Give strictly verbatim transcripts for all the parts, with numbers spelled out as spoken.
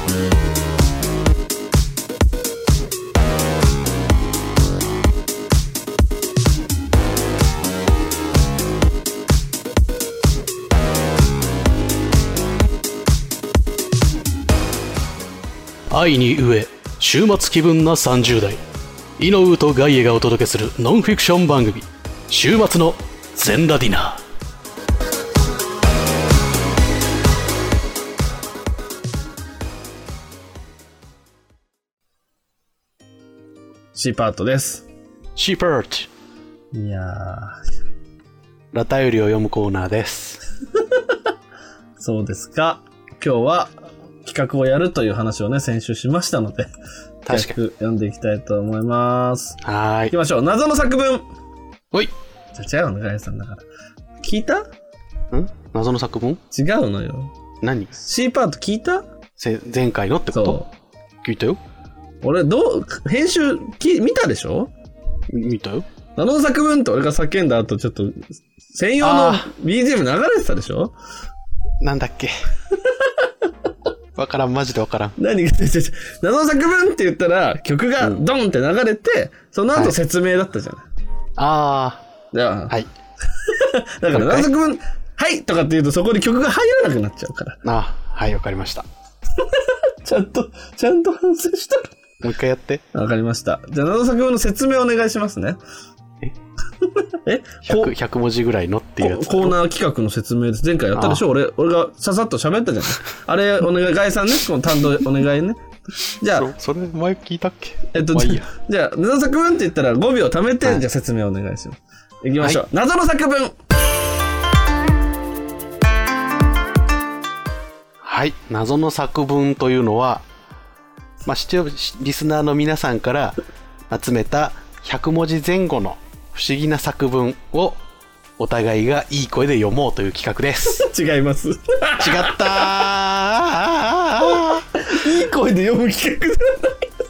愛に飢え週末気分なさんじゅう代、イノウとガイエがお届けするノンフィクション番組、週末の全裸ディナー。 C パートです。 C パート。 いやー、 ラタよりを読むコーナーですそうですか。今日は企画をやるという話をね、先週しましたので、 確かに読んでいきたいと思います。 はーい、 行きましょう。謎の作文。 ほい。 じゃあ違うの、ガイさんだから。聞いた？ ん？謎の作文？ 違うのよ。 何？ C パート聞いた？ せ前回のってこと？そう。聞いたよ。 俺、どう、編集、き見たでしょ？ 見たよ。 謎の作文って俺が叫んだ後、ちょっと、専用の ビージーエム 流れてたでしょ？ なんだっけわからん、マジでわからん。 何が、謎の作文って言ったら、曲がドンって流れて、うん、その後説明だったじゃない。はい、 ああ。 じゃあ。 はい。 だから謎の作文、はいとかって言うとそこに曲が入らなくなっちゃうから。 ああ、はい、わかりました。 ちゃんと、ちゃんと反省した。 もう一回やって。 わかりました。じゃあ謎の作文の説明お願いしますね。 ええ 100, ひゃく文字ぐらいのっていうやつ。 コーナー企画の説明です。前回やったでしょ。俺俺がささっと喋ったじゃん。あれお願い、ガイさんね、この担当お願いね。じゃあそ, それ前聞いたっけ？ えっと、まあいいや。じゃあ謎の作文って言ったらごびょう貯めて、はい、じゃあ説明お願いします。いきましょう、はい、謎の作文。 はい、謎の作文というのは、まあ、視聴リスナーの皆さんから集めたひゃくもじ前後の不思議な作文をお互いがいい声で読もうという企画です。 違います。違ったー。いい声で読む企画じゃないです。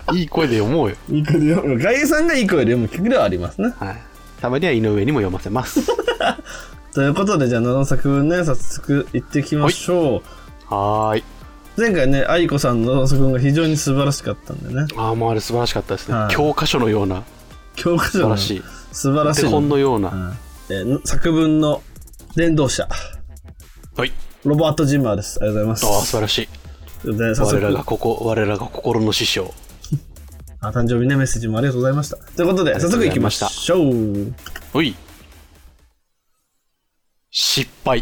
いい声で読もうよ。 いい声で読む。ガイさんがいい声で読む企画ではありますね。 はい。たまには井上にも読ませます。 ということで、じゃあ謎の作文ね、早速いっていきましょう。はーい。 前回ね、愛子さんの作文が非常に素晴らしかったんでね。 ああ、もうあれ素晴らしかったですね。教科書のような。 教科書の素晴らしい。 素晴らしい。 手本のような、 うんえー。作文の伝道者。 はい。 ロバート・ジンマーです。ありがとうございます。 ああ、素晴らしい。 で我らがここ、我らが心の師匠。 あ、誕生日ね、メッセージもありがとうございました。ということで、早速行きましょう。 ほい。失敗。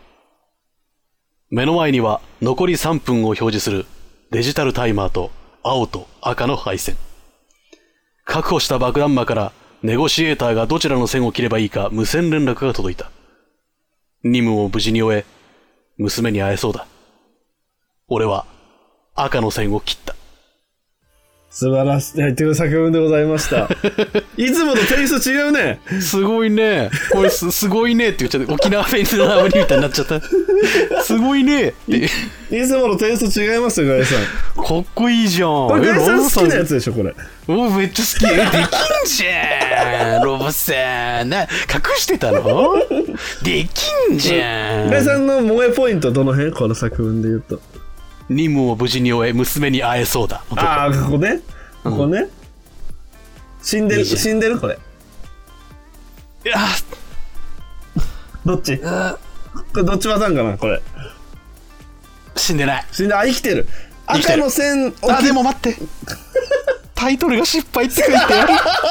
目の前には残りさんぷんを表示するデジタルタイマーと青と赤の配線。確保した爆弾魔からネゴシエーターがどちらの線を切ればいいか無線連絡が届いた。任務を無事に終え、娘に会えそうだ。俺は赤の線を切った。 素晴らしいという作文でございました。いつもとテイスト違うね。 すごいね。これ す, すごいねって言っちゃって、沖縄フェンスのハムリみたいになっちゃった。すごいねって。い, いつものテイスト違いますよ、ガイさん。 かっこいいじゃん。 これガイさん好きなやつでしょ、これ。 おめっちゃ好き。え、できんじゃん。ロボさん。な、隠してたの？できんじゃん。 ガイさんの萌えポイントどの辺？この作文で言うと。 任務を無事に終え、娘に会えそうだ。 ああ、ここね。ここね。うん、死んでる、いい死んでるこれ。いやどっち？これどっちパターンかなこれ。 死んでない。 死んで、あ、生きてる。赤の線を。 あ、でも待って。タイトルが失敗って書いてある。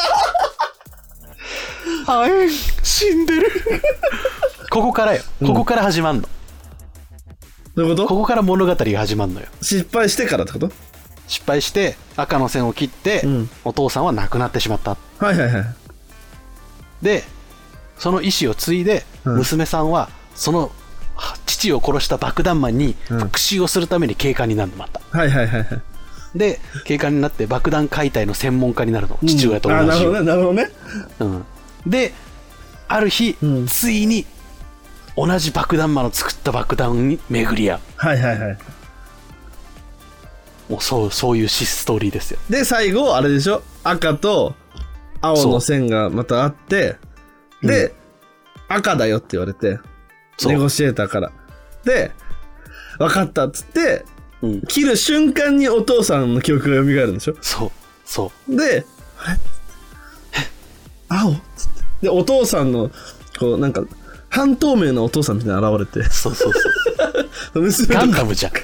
はい、死んでる。ここからよ。ここから始まんの。 どういうこと？ ここから物語が始まるのよ。 失敗してからってこと？ 失敗して赤の線を切って、うん、お父さんは亡くなってしまった。 はいはいはい。 で、その意思を継いで、うん、娘さんはその父を殺した爆弾魔に復讐をするために警官になるのまた。 はいはいはいはい。 で、警官になって爆弾解体の専門家になるの。うん、父親と同じ。 あ、なるほどね、なるほどね。 うん。で、ある日、うん、ついに同じ爆弾魔の作った爆弾に巡り合う。 はいはいはい。 もうそう、そういうストーリーですよ。 で、最後、あれでしょ？赤と青の線がまたあって、で、うん、赤だよって言われて、ネゴシエーターから。で、分かったっつって、 うん、切る瞬間にお父さんの記憶が蘇るんでしょ。 そうそうであれ青っつってでお父さんのこうなんか半透明なお父さんみたいな現れてそうそうそう娘ガンダムじゃん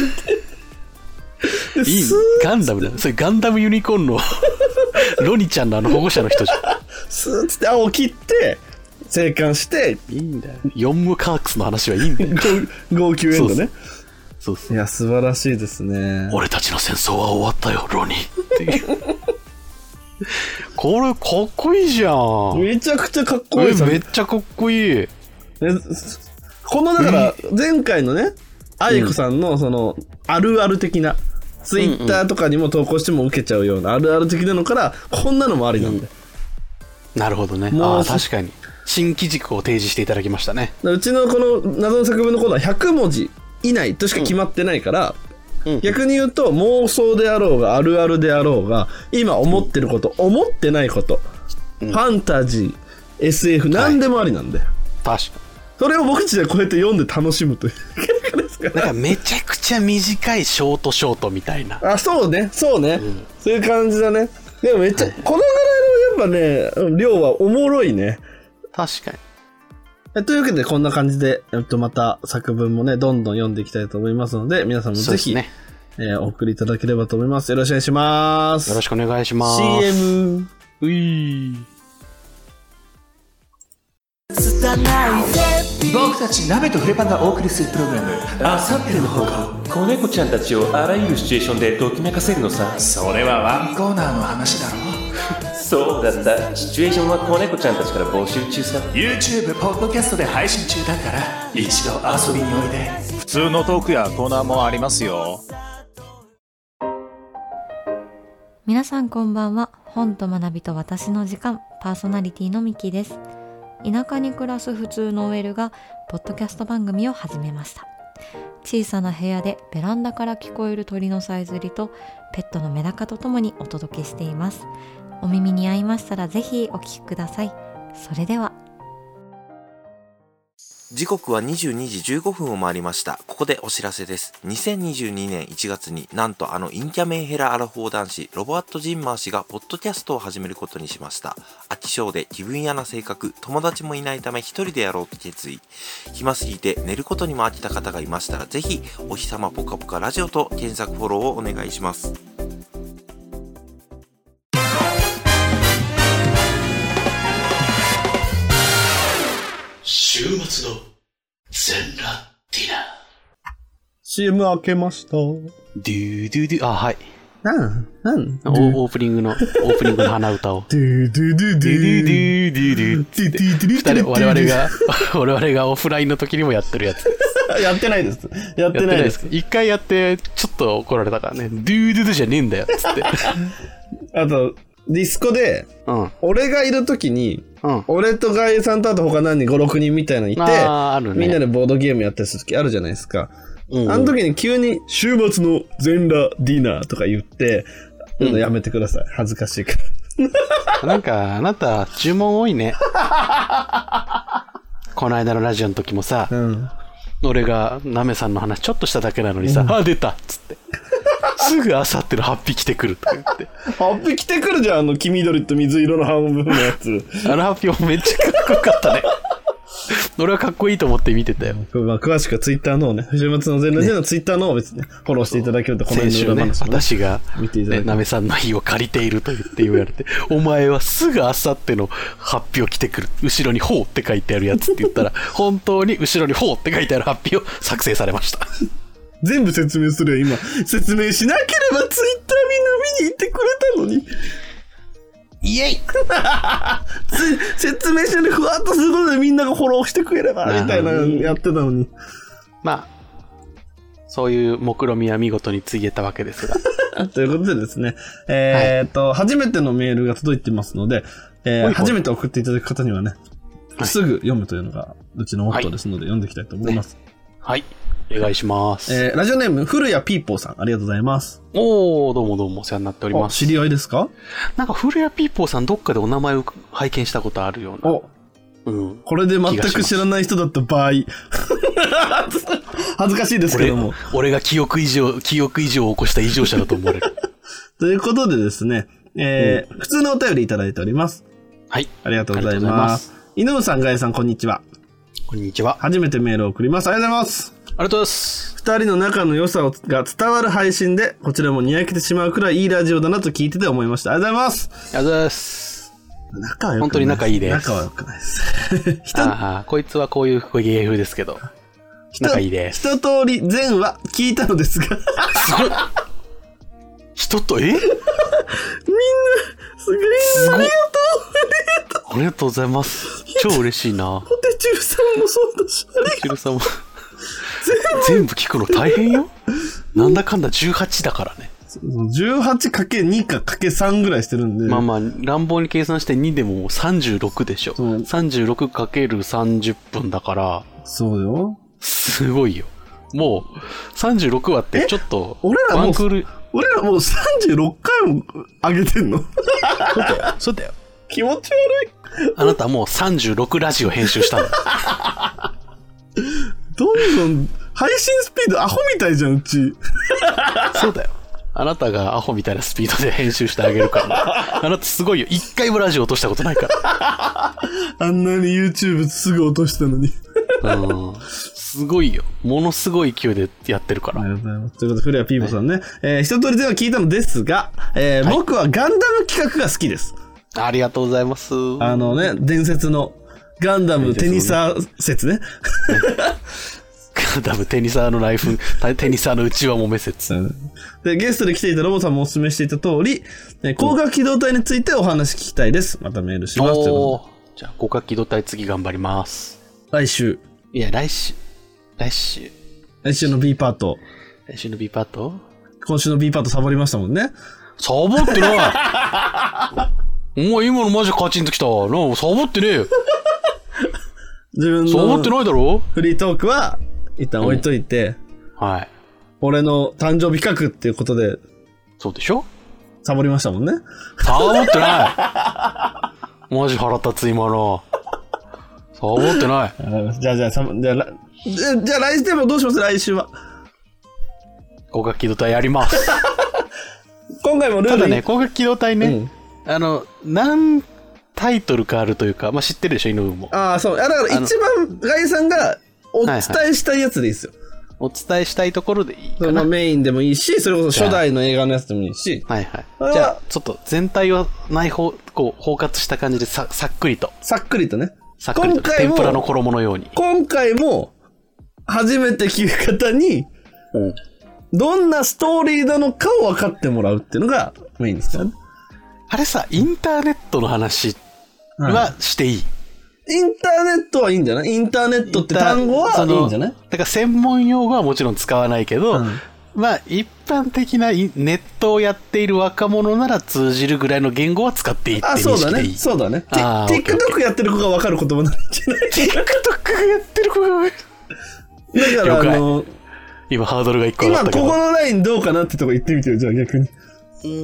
いいガンダムだそれガンダムユニコーンのロニちゃんのあの保護者の人じゃんスーッつって青を切って生還していいんだよヨンムカークスの話はいいんだよ号泣エンドねそうそういや素晴らしいですね。 俺たちの戦争は終わったよロニっていうこれかっこいいじゃん。 めちゃくちゃかっこいい。 めっちゃかっこいい。 このだから前回のねあいこさんのそのあるある的な、うん、ツイッターとかにも投稿しても受けちゃうようなあるある的なのからこんなのもありなんで、 うん、なるほどね。ああ確かに新機軸を提示していただきましたね。 うちのこの謎の作文のコーナーひゃくもじ以内としか決まってないから、うん、逆に言うと妄想であろうがあるあるであろうが今思ってること、うん、思ってないこと、うん、ファンタジー エスエフ 何でもありなんで、はい、 確かにそれを僕たちでこうやって読んで楽しむというなんかめちゃくちゃ短いショートショートみたいな。 あそうねそうね、うん、そういう感じだね。でもめっちゃ、はい、このぐらいのやっぱね量はおもろいね。 確かに。 というわけでこんな感じで、えっと、また作文もねどんどん読んでいきたいと思いますので皆さんもぜひ、ねえー、お送りいただければと思います。よろしくお願いします。 よろしくお願いします。 シーエムうい僕たち鍋とフレパンがお送りするプログラムあさっての方向。子猫ちゃんたちをあらゆるシチュエーションでときめかせるのさ。それはワンコーナーの話だろ。そうだった。シチュエーションは子猫ちゃんたちから募集中さ。 YouTube、ポッドキャストで配信中だから一度遊びにおいで。 普通のトークやコーナーもありますよ。 皆さんこんばんは。本と学びと私の時間パーソナリティのミキです。田舎に暮らす普通の オーエル がポッドキャスト番組を始めました。小さな部屋でベランダから聞こえる鳥のさえずりとペットのメダカとともにお届けしています。お耳に合いましたらぜひお聞きください。それでは。 時刻はにじゅうにじじゅうごふんを回りました。ここでお知らせです。にせんにじゅうにねんいちがつになんとあの陰キャメンヘラアラフォー男子ロバート・ジンマー氏がポッドキャストを始めることにしました。飽き性で気分屋な性格、友達もいないため一人でやろうと決意。暇すぎて寝ることにも飽きた方がいましたらぜひお日様ぽかぽかラジオと検索フォローをお願いします。 週末の全裸ディナーシーエム 開けました。 ドゥードゥドゥあはいなんなんオープニングのオープニングの鼻歌をドゥドゥドゥドゥドゥドゥドゥドゥ二人我々が我々がオフラインの時にもやってるやつやってないですやってないです一回やってちょっと怒られたからね。ドゥードゥドゥじゃねえんだよっつってあとディスコで、うん、俺がいる時に、うん、俺とガイさんとあと他何人ごろくにんみたいなのいて、あ、ね、みんなでボードゲームやったりする時あるじゃないですか、うんうん、あの時に急に週末の全裸ディナーとか言って、うん、やめてください。恥ずかしいからなんかあなた注文多いねこの間のラジオの時もさ、うん、俺がナメさんの話ちょっとしただけなのにさ、うん、あ出たっつってすぐあさってのハッピー来てくるとか言ってハッピー来てくるじゃん。あの黄緑と水色の半分のやつあのハッピーもめっちゃかっこよかったね俺はかっこいいと思って見てたよ。 まあ、詳しくはツイッターのね、週末の全裸でのツイッターのを別に、ね、フォローしていただけるとこの辺の裏話も、ね、 先週ね、私が見ていただいて、ね、なめさんの日を借りていると言って言われてお前はすぐあさってのハッピーを来てくる、後ろにほうって書いてあるやつって言ったら本当に後ろにほうって書いてあるハッピーを作成されました全部説明するよ今。説明しなければツイッターみんな見に行ってくれたのに。 イエイ説明書にふわっとすることでみんながフォローしてくれればみたいなやってたのに。 まあそういう目論みは見事についえたわけですがということでですね、えー、っと、はい、初めてのメールが届いてますので、えー、ほいほい初めて送っていただく方にはね、はい、すぐ読むというのがうちのモットーですので、はい、読んでいきたいと思います、 ね、はいお願いします。 えー、ラジオネーム古谷ピーポーさん、ありがとうございます。 おー、どうもどうもお世話になっております。 知り合いですか？ なんか古谷ピーポーさんどっかでお名前を拝見したことあるような。 お、 うん、これで全く知らない人だった場合恥ずかしいですけども俺, 俺が記憶異常記憶異常を起こした異常者だと思われるということでですね、えーうん、普通のお便りいただいております。 はい、 ありがとうございます。井上さん、ガイさん、こんにちは。 こんにちは。 初めてメールを送ります。ありがとうございます。 ありがとうございます。 二人の仲の良さが伝わる配信で、こちらもにやけてしまうくらいいいラジオだなと聞いてて思いました。ありがとうございます。 ありがとうございます。 仲は良くないです。 本当に仲いいです。 仲は良くないです。 人あこいつはこういう芸風ですけど、仲いいです。 一通り全話聞いたのですが。すごい。 人と、えみんな、 すごい。ありがとう。 ありがとうございます。超嬉しいな。 ポテチュルさんもそうだし。 ポテチュルさんも。全部聞くの大変よ。なんだかんだじゅうはちだからね。 じゅうはちかけるに かかけるさんぐらいしてるんで。 まあまあ、乱暴に計算してにでもさんじゅうろくでしょ。さんじゅうろくかけるさんじゅっぷんだから。 そうよ。 すごいよ。もう、さんじゅうろくわってちょっと、 俺らもう、俺らもうさんじゅうろっかいも上げてんの？ そうだよ。そうだよ。 気持ち悪い。あなたもうさんじゅうろくラジオ編集したの。 どんどん、配信スピードアホみたいじゃん、うち。 そうだよ。あなたがアホみたいなスピードで編集してあげるから。あなたすごいよ。一回もラジオ落としたことないから。 あんなに YouTube すぐ落としたのに。 うん。すごいよ。ものすごい勢いでやってるから。 ありがとうございます。ということで、古谷ピーボさんね。はい、えー、一通りでは聞いたのですが、えーはい、僕はガンダム企画が好きです。 ありがとうございます。 あのね、伝説のガンダムテニサー説ね。 ガンダムテニサーのライフ、テニサーの内輪もめ説。 で、ゲストで来ていたロボさんもお勧めしていた通り、光学機動隊についてお話聞きたいです。またメールします。 おじゃあ、光学機動隊次頑張ります。 来週。 いや、来週。来週。 来週の B パート。 来週の B パート今週の B パートサボりましたもんね。 サボってないお前今のマジカチンときた。なあ、サボってねえよ。 自分の。 サボってないだろフリートークは、一旦置いといて。 うん、はい。 俺の誕生日企画っていうことで。 そうでしょサボりましたもんね。 サボってないマジ腹立つ今の。サボってない。 じゃあじゃあ、じゃあ、じゃあ、じゃあ来週でもどうします来週は。 光学機動隊やります。 今回もルール。 ただね、光学機動隊ね、うん、あの、何タイトルかあるというか、まあ、知ってるでしょ、井上も。 ああ、そう。だから一番、ガイさんがお伝えしたいやつでいいですよ。はいはい、 お伝えしたいところでいいかな。 まあ、メインでもいいし、それこそ初代の映画のやつでもいいし。 はいはい。じゃあ、ちょっと全体を内包、こう、包括した感じでさ、さっくりと。 さっくりとね。 さっくりと。天ぷらの衣のように。 今回も、初めて聞く方に、うん、どんなストーリーなのかを分かってもらうっていうのがメインですからね。 あれさ、インターネットの話はしていい、 うん、インターネットはいいんじゃない？インターネットって単語はいいんじゃない？ だから専門用語はもちろん使わないけど、うん、まあ一般的なネットをやっている若者なら通じるぐらいの言語は使っていいって認識でいい。 あ、そうだね。そうだね。TikTok やってる子が分かる言葉なんじゃない？ TikTok がやってる子が分かる。 だからあの今ハードルが一個上がったけど、 今ここのラインどうかなってとこ言ってみてよ。じゃあ逆に。 うー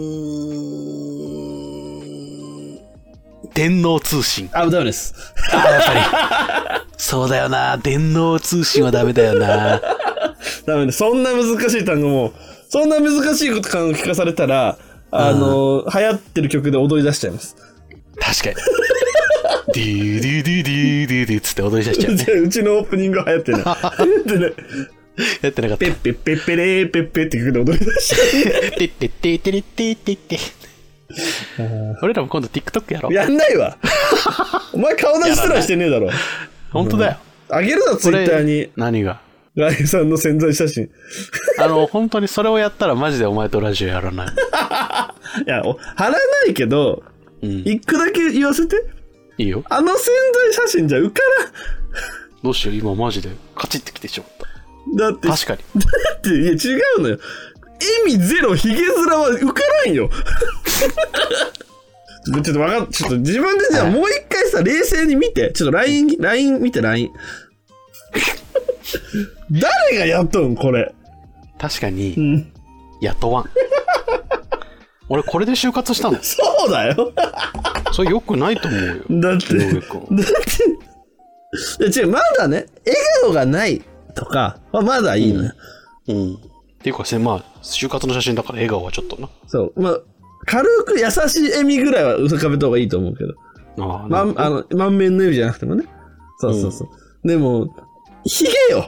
ん。電脳通信。 あ、ダメです。 あ、やっぱり。そうだよな。電脳通信はダメだよな。 ダメだ。そんな難しい単語も、そんな難しいこと単語聞かされたら、あの、うん、流行ってる曲で踊り出しちゃいます。 確かに。デューデューデューデューデューデューつって踊り出しちゃうね。 うちのオープニングは流行ってない。流行ってない。 やってなかった。 ペッペッペッペレーペッペって曲で踊り出しちゃう。 ペッペッペッペレペッペッペッ俺らも今度 TikTok やろう。 やんないわ。お前顔出しすらしてねえだろ。 本当だよ。 あげるぞ、ツイッターに。 何がガイさんの宣材写真。 あの、本当にそれをやったらマジでお前とラジオやらない。 いや、貼らないけど、うん、一個だけ言わせて。 いいよ。 あの宣材写真じゃ浮からん。 どうしよう、今マジでカチッてきてしまった。 だって、 確かに。 だって、いや違うのよ。意味ゼロ、ヒゲ面は浮からんよ。ちょっとわかん、ちょっと自分でじゃあもう一回さ、冷静に見て。ちょっと ライン、ライン 見て ライン。誰が雇うんこれ。 確かに、うん、雇わん。俺これで就活したの。 そうだよ。 それ良くないと思うよ。 だって、だって、 で違う、まだね、笑顔がないとかはまだいいのよ。 うん。うん、っていうか、まあ、就活の写真だから笑顔はちょっとな。 そう。まあ、軽く優しい笑みぐらいは浮かべた方がいいと思うけど。ああ、ま、あの、満面の笑みじゃなくてもね。そうそうそう。うん、でも、ヒゲよ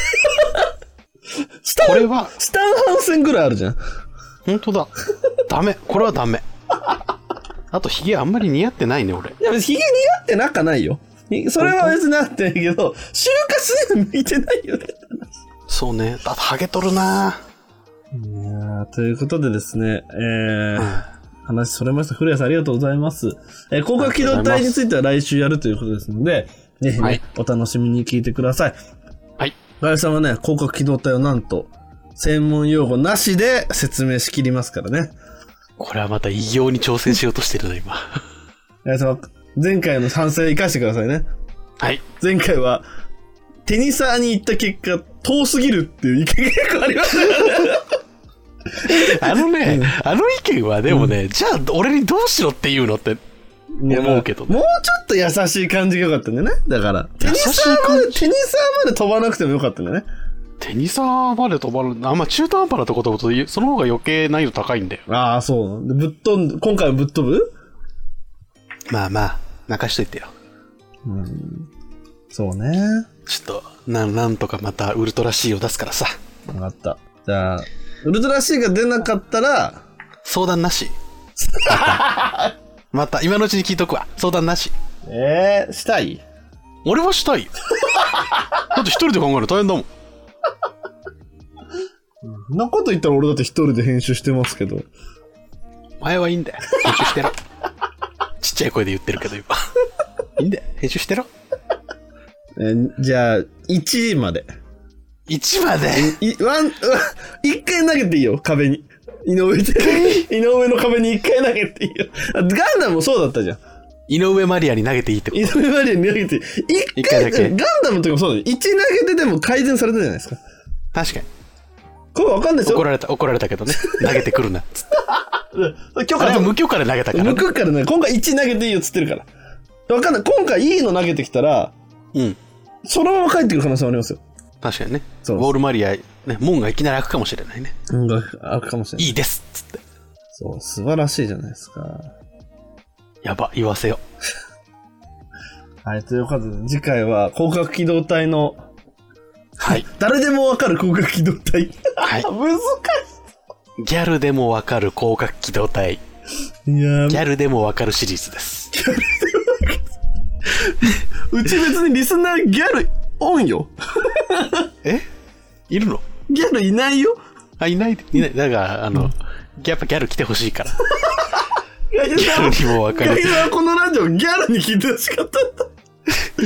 スタン、これは、スタンハンセンぐらいあるじゃん。 ほんとだ。ダメ。これはダメ。あと、ヒゲあんまり似合ってないね、俺。 いや、ヒゲ似合ってなかないよ。それは別になってないけど、就活には向いてないよね。 そうね。だってハゲとるないやということでですね、えー、うん、話それました。古谷さんありがとうございます。えー、広角機動隊については来週やるということですので、ぜひね、はい、お楽しみに聞いてください。 はい。 ガヤさんはね、広角機動隊をなんと、専門用語なしで説明しきりますからね。 これはまた異様に挑戦しようとしてるな、今。 ガヤさんは、前回の反省生かしてくださいね。 はい。 前回は、テニサーに行った結果、遠すぎるっていう意見が結構ありましたからね。 あのね、うん、あの意見はでもね、うん、じゃあ俺にどうしろって言うのって思うけど、ね、 もうちょっと優しい感じが良かったんだよね。だから、テニサーまで、テニサーまで飛ばなくてもよかったんだよね。 テニサーまで飛ばる、あんま中途半端なとこと飛ぶと、その方が余計難易度高いんだよ。 ああ、そう。ぶっ飛んで、今回はぶっ飛ぶ？ まあまあ、泣かしといてよ。 うん。そうね。 ちょっと、な、なんとかまたウルトラ C を出すからさ。 わかった。じゃあ、ウルトラ C が出なかったら、 相談なし。また、また、今のうちに聞いとくわ。相談なし。 えー、したい？ 俺はしたいよ。だって一人で考えるの大変だもん。 そんなこと言ったら俺だって一人で編集してますけど。 前はいいんだよ。編集してろ。ちっちゃい声で言ってるけど今。いいんだよ。編集してろ。 えじゃあ、いちじまで。 いちまでい、ワン、一回投げていいよ、壁に。井上で。井上の壁に一回投げていいよ。ガンダムもそうだったじゃん。 井上マリアに投げていいってこと？ 井上マリアに投げていい。一回だけ。ガンダムの時もそうだよ。いち投げてでも改善されたじゃないですか。 確かに。 これわかんないでしょ？ 怒られた、怒られたけどね。投げてくるな。つって。許可でも無許可で投げたから、ね。 無許可でね、今回いち投げていいよっつってるから。わかんない。今回いいの投げてきたら、 うん。 そのまま帰ってくる可能性もありますよ。 確かにね。ウォールマリア、ね、門がいきなり開くかもしれないね。 門が開くかもしれない。 いいですっつって。 そう、素晴らしいじゃないですか。 やば、言わせよ。 はい、ということで、次回は広角機動隊の、 はい。 誰でもわかる広角機動隊。 はい。 難しい。ギャルでもわかる広角機動隊。 いやギャルでもわかるシリーズです。ギャルでもわかる。 うち別にリスナーギャルオンよ。 えいるの？ ギャルいないよ。 あ、いない、いない。だから、あの、やっぱギャル来てほしいから。 ギャルにもわかる。ギャルはこのラジオギャルに聞いてほしかった。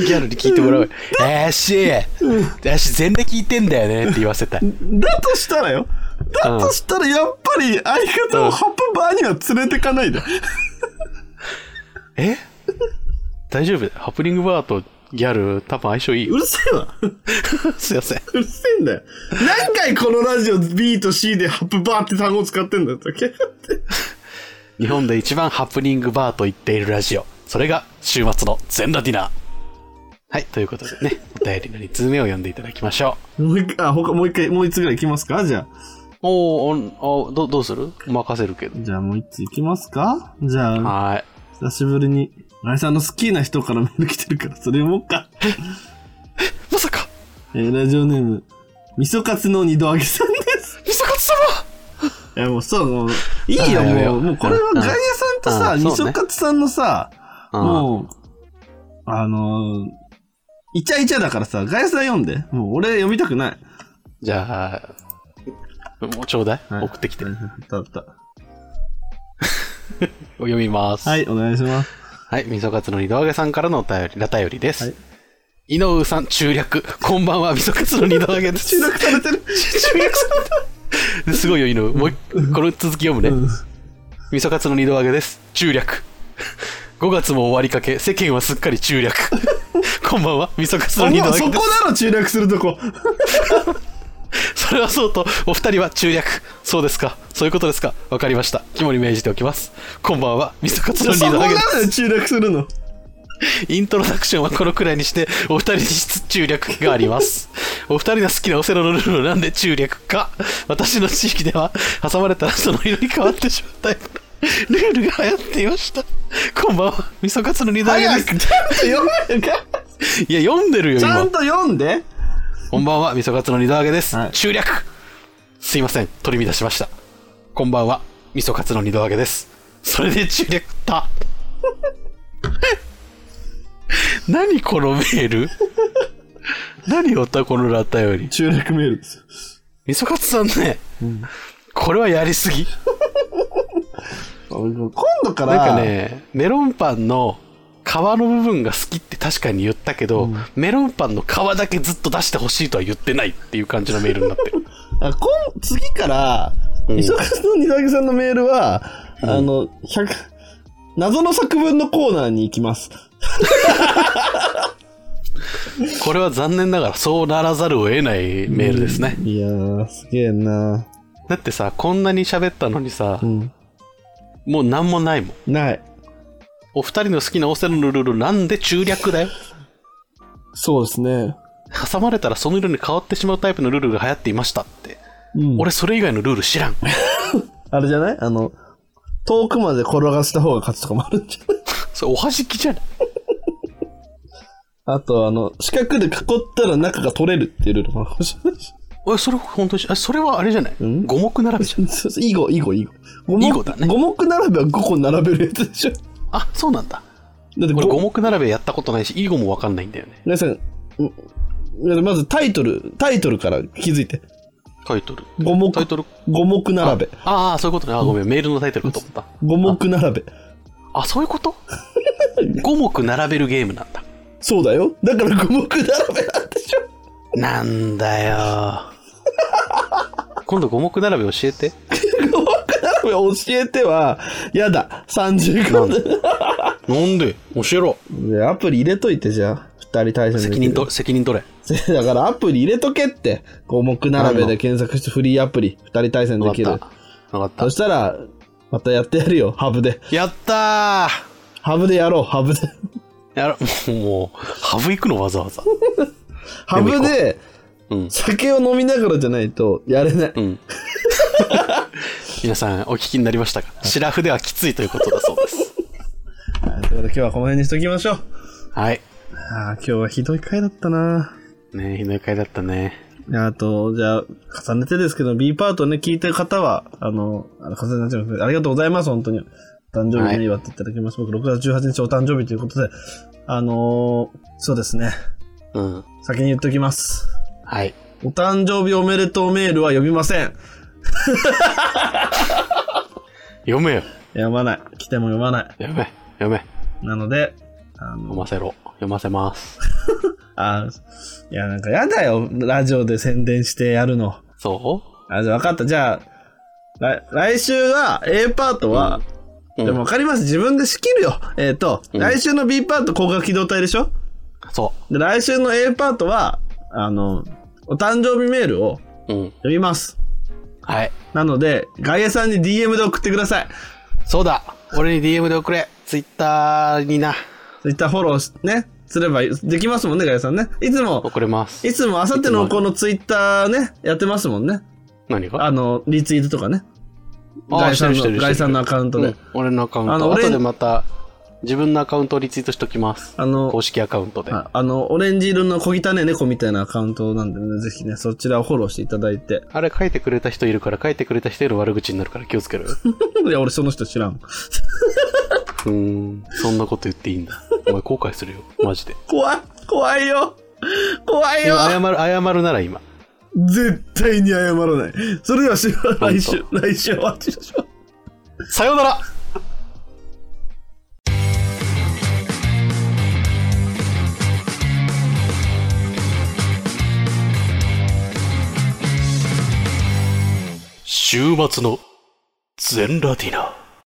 ギャルに聞いてもらう。えーしー、よし、全然聞いてんだよねって言わせたい。 だとしたらよ。だとしたらやっぱり相方をハップバーには連れてかないで。 え大丈夫？ハプニングバーとギャル多分相性いい。 うるせえわ。 すいません。 うるせえんだよ。何回このラジオ B と C でハップバーって単語を使ってんだよ。 日本で一番ハプニングバーと言っているラジオ。それが週末の全裸ディナー。はい、ということでね、お便りのにつうめを読んでいただきましょう。もう一回、あ、他もう一回、もう一つぐらいいきますか？じゃあ。 おー、おどどうする？任せるけど。 じゃあもう一ついきますか？じゃあ。 はい。 久しぶりに、あれさんの好きな人からメール来てるから、それ読もうか。 まさか。 えー、ラジオネーム、みそかつの二度揚げさんです。 みそかつ様いやもうそう、もう、いいよ、もう、もうこれはガイアさんとさ、みそかつさんのさ、もう、あのー、イチャイチャだからさ、ガイアさん読んで。もう俺読みたくない。 じゃあ、もうちょうだい、はい、送ってきて。 はい、だった。 読みます。 はい、お願いします。 はい、みそかつの二度揚げさんからのお便り、ラタよりです。はい、井上さん、中略。こんばんは、みそかつの二度揚げです。 中略されてる。中略されてる。すごいよ、井上。もう、この続き読むね。みそかつの二度揚げです。中略。ごがつも終わりかけ、世間はすっかり中略。こんばんは、みそかつの二度揚げです。 そこなの中略するとこ。 それはそうと、お二人は中略。そうですか。そういうことですか。わかりました。肝に銘じておきます。こんばんは、みそかつの二度揚げです。 そこなの中略するの。 イントロダクションはこのくらいにして、お二人に中略があります。お二人の好きなオセロのルールをなんで中略か。私の地域では、挟まれたらその色に変わってしまうタイプのルールが流行っていました。こんばんは、みそかつの二代目です。 ちゃんと読めるかいや、読んでるよ、今。 ちゃんと読んで。 こんばんは、みそかつの二代目です。 はい、 中略。すいません、取り乱しました。こんばんは、みそかつの二度揚げです。それで中略った何このメール何をったこのラッタより中略メールですよ。 みそかつさんね、うん、これはやりすぎ今度からなんかね、メロンパンの皮の部分が好きって確かに言ったけど、うん、メロンパンの皮だけずっと出してほしいとは言ってないっていう感じのメールになってるあこん次からみそかつの二度揚げさんのメールは、うん、あのひゃく謎の作文のコーナーに行きますこれは残念ながらそうならざるを得ないメールですね、 うん、いやーすげえな。 だってさ、こんなに喋ったのにさ、うん、もうなんもないもん。 ない。 お二人の好きなオセロのルールなんで中略だよ。 そうですね。 挟まれたらその色に変わってしまうタイプのルールが流行っていましたって、うん、俺それ以外のルール知らんあれじゃない、あの遠くまで転がした方が勝つとかもあるんじゃないそれおはじきじゃないあとあの四角で囲ったら中が取れるっていうルールもあるかもしれないし。 おい、それ本当に、それはあれじゃない、うん、五目並べじゃん。 囲碁囲碁囲碁囲碁だね。 五目並べはごこ並べるやつでしょ。 あ、そうなんだ。だって俺五目並べやったことないし、囲碁もわかんないんだよね。 皆さん、まずタイトルタイトルから気づいて。 タイトル五目タイトル五目並べ。 ああ、そういうことね。あ、ごめん、メールのタイトルかと思った。 五目並べ。 あ、そういうこと五目並べるゲームなんだ。 そうだよ。だから五目並べなんでしょ。 なんだよ今度五目並べ教えて五目並べ教えてはやだ。さんじゅうごでなんで教えろ。 でアプリ入れといて。じゃあふたり対戦で責任と責任取れ。だからアプリ入れとけって。五目並べで検索してフリーアプリふたり対戦できる。分かった分かった。そしたらまたやってやるよ、ハブで。 やったー。 ハブでやろう。ハブでやろう。もうハブ行くのわざわざハブでうん、酒を飲みながらじゃないとやれない、うん、皆さんお聞きになりましたか。シラフではきついということだそうですはい、ということで今日はこの辺にしときましょう。 はい。 あ今日はひどい回だったな。 ねえ、ひどい回だったね。 あとじゃあ重ねてですけど B パートね聞いてる方はあのあの重ねてありがとうございます。本当に誕生日に祝っていただきます、はい、僕ろくがつじゅうはちにちお誕生日ということであのー、そうですね、うん、先に言っときます。 はい。 お誕生日おめでとうメールは読みません。 読めよ。 読まない。来ても読まない。 読め。読め。 なので、 あの読ませろ。読ませます。 あ、いやなんかやだよ。ラジオで宣伝してやるの。 そうあ、じゃあ分かった。じゃあ、来, 来週は A パートは、うん、でも分かります。自分で仕切るよ。えっ、ー、と、うん、来週の B パート広角機動隊でしょ。 そう。 で、来週の A パートは、あの、お誕生日メールを読みます。 うん、はい。 なので、外野さんに ディーエム で送ってください。 そうだ。俺に ディーエム で送れ。ツイッターにな。 ツイッターフォローしね、すればできますもんね、外野さんね。いつも、 送れます。 いつもあさってのこのツイッターね、やってますもんね。 何が？ あの、リツイートとかね。外野さんの、外野さんのアカウントで。うん、 俺のアカウント。あの、後でまた、自分のアカウントをリツイートしときます。あの、公式アカウントで。 あ, あの、オレンジ色の小汚ね猫みたいなアカウントなんでね、ぜひね、そちらをフォローしていただいて。 あれ書いてくれた人いるから、書いてくれた人いる悪口になるから気をつけろよ。 いや、俺その人知らん。 うーん、そんなこと言っていいんだ。お前後悔するよ、マジで。 怖い、怖いよ。怖いよ。 謝る、謝るなら今。 絶対に謝らない。それではし来週、来週お会いしましょう。 さようなら。週末の全ラティナ。